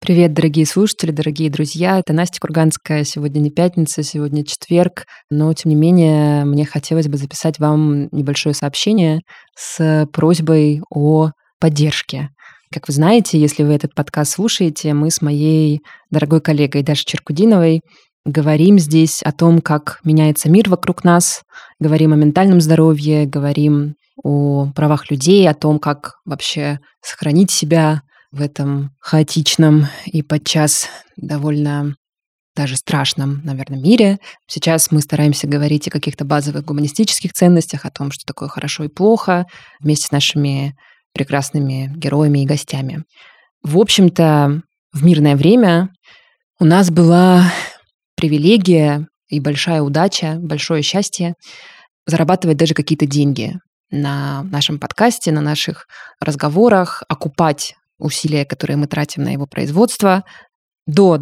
Привет, дорогие слушатели, дорогие друзья. Это Настя Курганская. Сегодня не пятница, сегодня четверг. Но, тем не менее, мне хотелось бы записать вам небольшое сообщение с просьбой о поддержке. Как вы знаете, если вы этот подкаст слушаете, мы с моей дорогой коллегой Дашей Черкудиновой говорим здесь о том, как меняется мир вокруг нас, говорим о ментальном здоровье, говорим о правах людей, о том, как вообще сохранить себя в этом хаотичном и подчас довольно даже страшном, наверное, мире. Сейчас мы стараемся говорить о каких-то базовых гуманистических ценностях, о том, что такое хорошо и плохо, вместе с нашими прекрасными героями и гостями. В общем-то, в мирное время у нас была привилегия и большая удача, большое счастье зарабатывать даже какие-то деньги на нашем подкасте, на наших разговорах, окупать усилия, которые мы тратим на его производство. До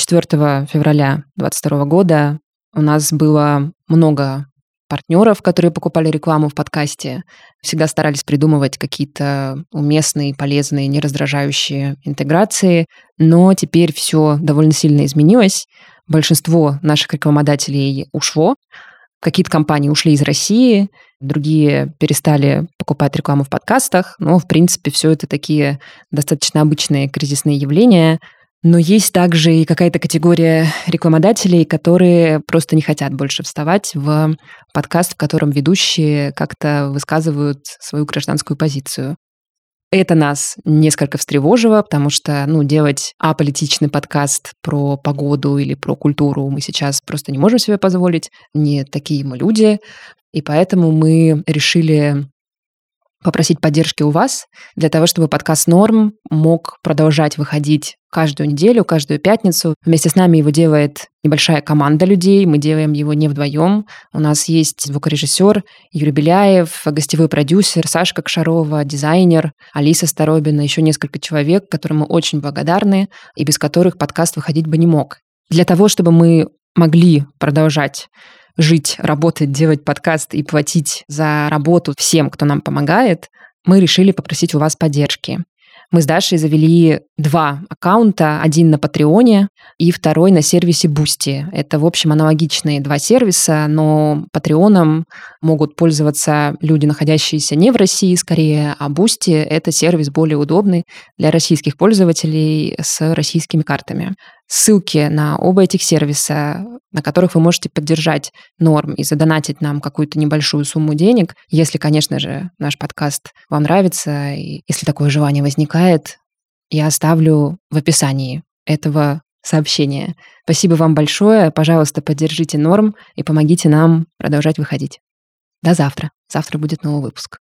24 февраля 2022 года у нас было много партнеров, которые покупали рекламу в подкасте. Всегда старались придумывать какие-то уместные, полезные, не раздражающие интеграции. Но теперь все довольно сильно изменилось. Большинство наших рекламодателей ушло. Какие-то компании ушли из России, другие перестали покупать рекламу в подкастах. Но, в принципе, все это такие достаточно обычные кризисные явления. Но есть также и какая-то категория рекламодателей, которые просто не хотят больше вставать в подкаст, в котором ведущие как-то высказывают свою гражданскую позицию. Это нас несколько встревожило, потому что, делать аполитичный подкаст про погоду или про культуру мы сейчас просто не можем себе позволить. Не такие мы люди. И поэтому мы решили попросить поддержки у вас для того, чтобы подкаст «Норм» мог продолжать выходить каждую неделю, каждую пятницу. Вместе с нами его делает небольшая команда людей, мы делаем его не вдвоем. У нас есть звукорежиссер Юрий Беляев, гостевой продюсер Сашка Кшарова, дизайнер Алиса Старобина, еще несколько человек, которым мы очень благодарны и без которых подкаст выходить бы не мог. Для того, чтобы мы могли продолжать жить, работать, делать подкаст и платить за работу всем, кто нам помогает, мы решили попросить у вас поддержки. Мы с Дашей завели 2 аккаунта, один на Патреоне и второй на сервисе Boosty. Это, в общем, аналогичные 2 сервиса, но Патреоном могут пользоваться люди, находящиеся не в России скорее, а Boosty — это сервис более удобный для российских пользователей с российскими картами. Ссылки на оба этих сервиса, на которых вы можете поддержать Норм и задонатить нам какую-то небольшую сумму денег, если, конечно же, наш подкаст вам нравится, и если такое желание возникает, я оставлю в описании этого сообщения. Спасибо вам большое. Пожалуйста, поддержите Норм и помогите нам продолжать выходить. До завтра. Завтра будет новый выпуск.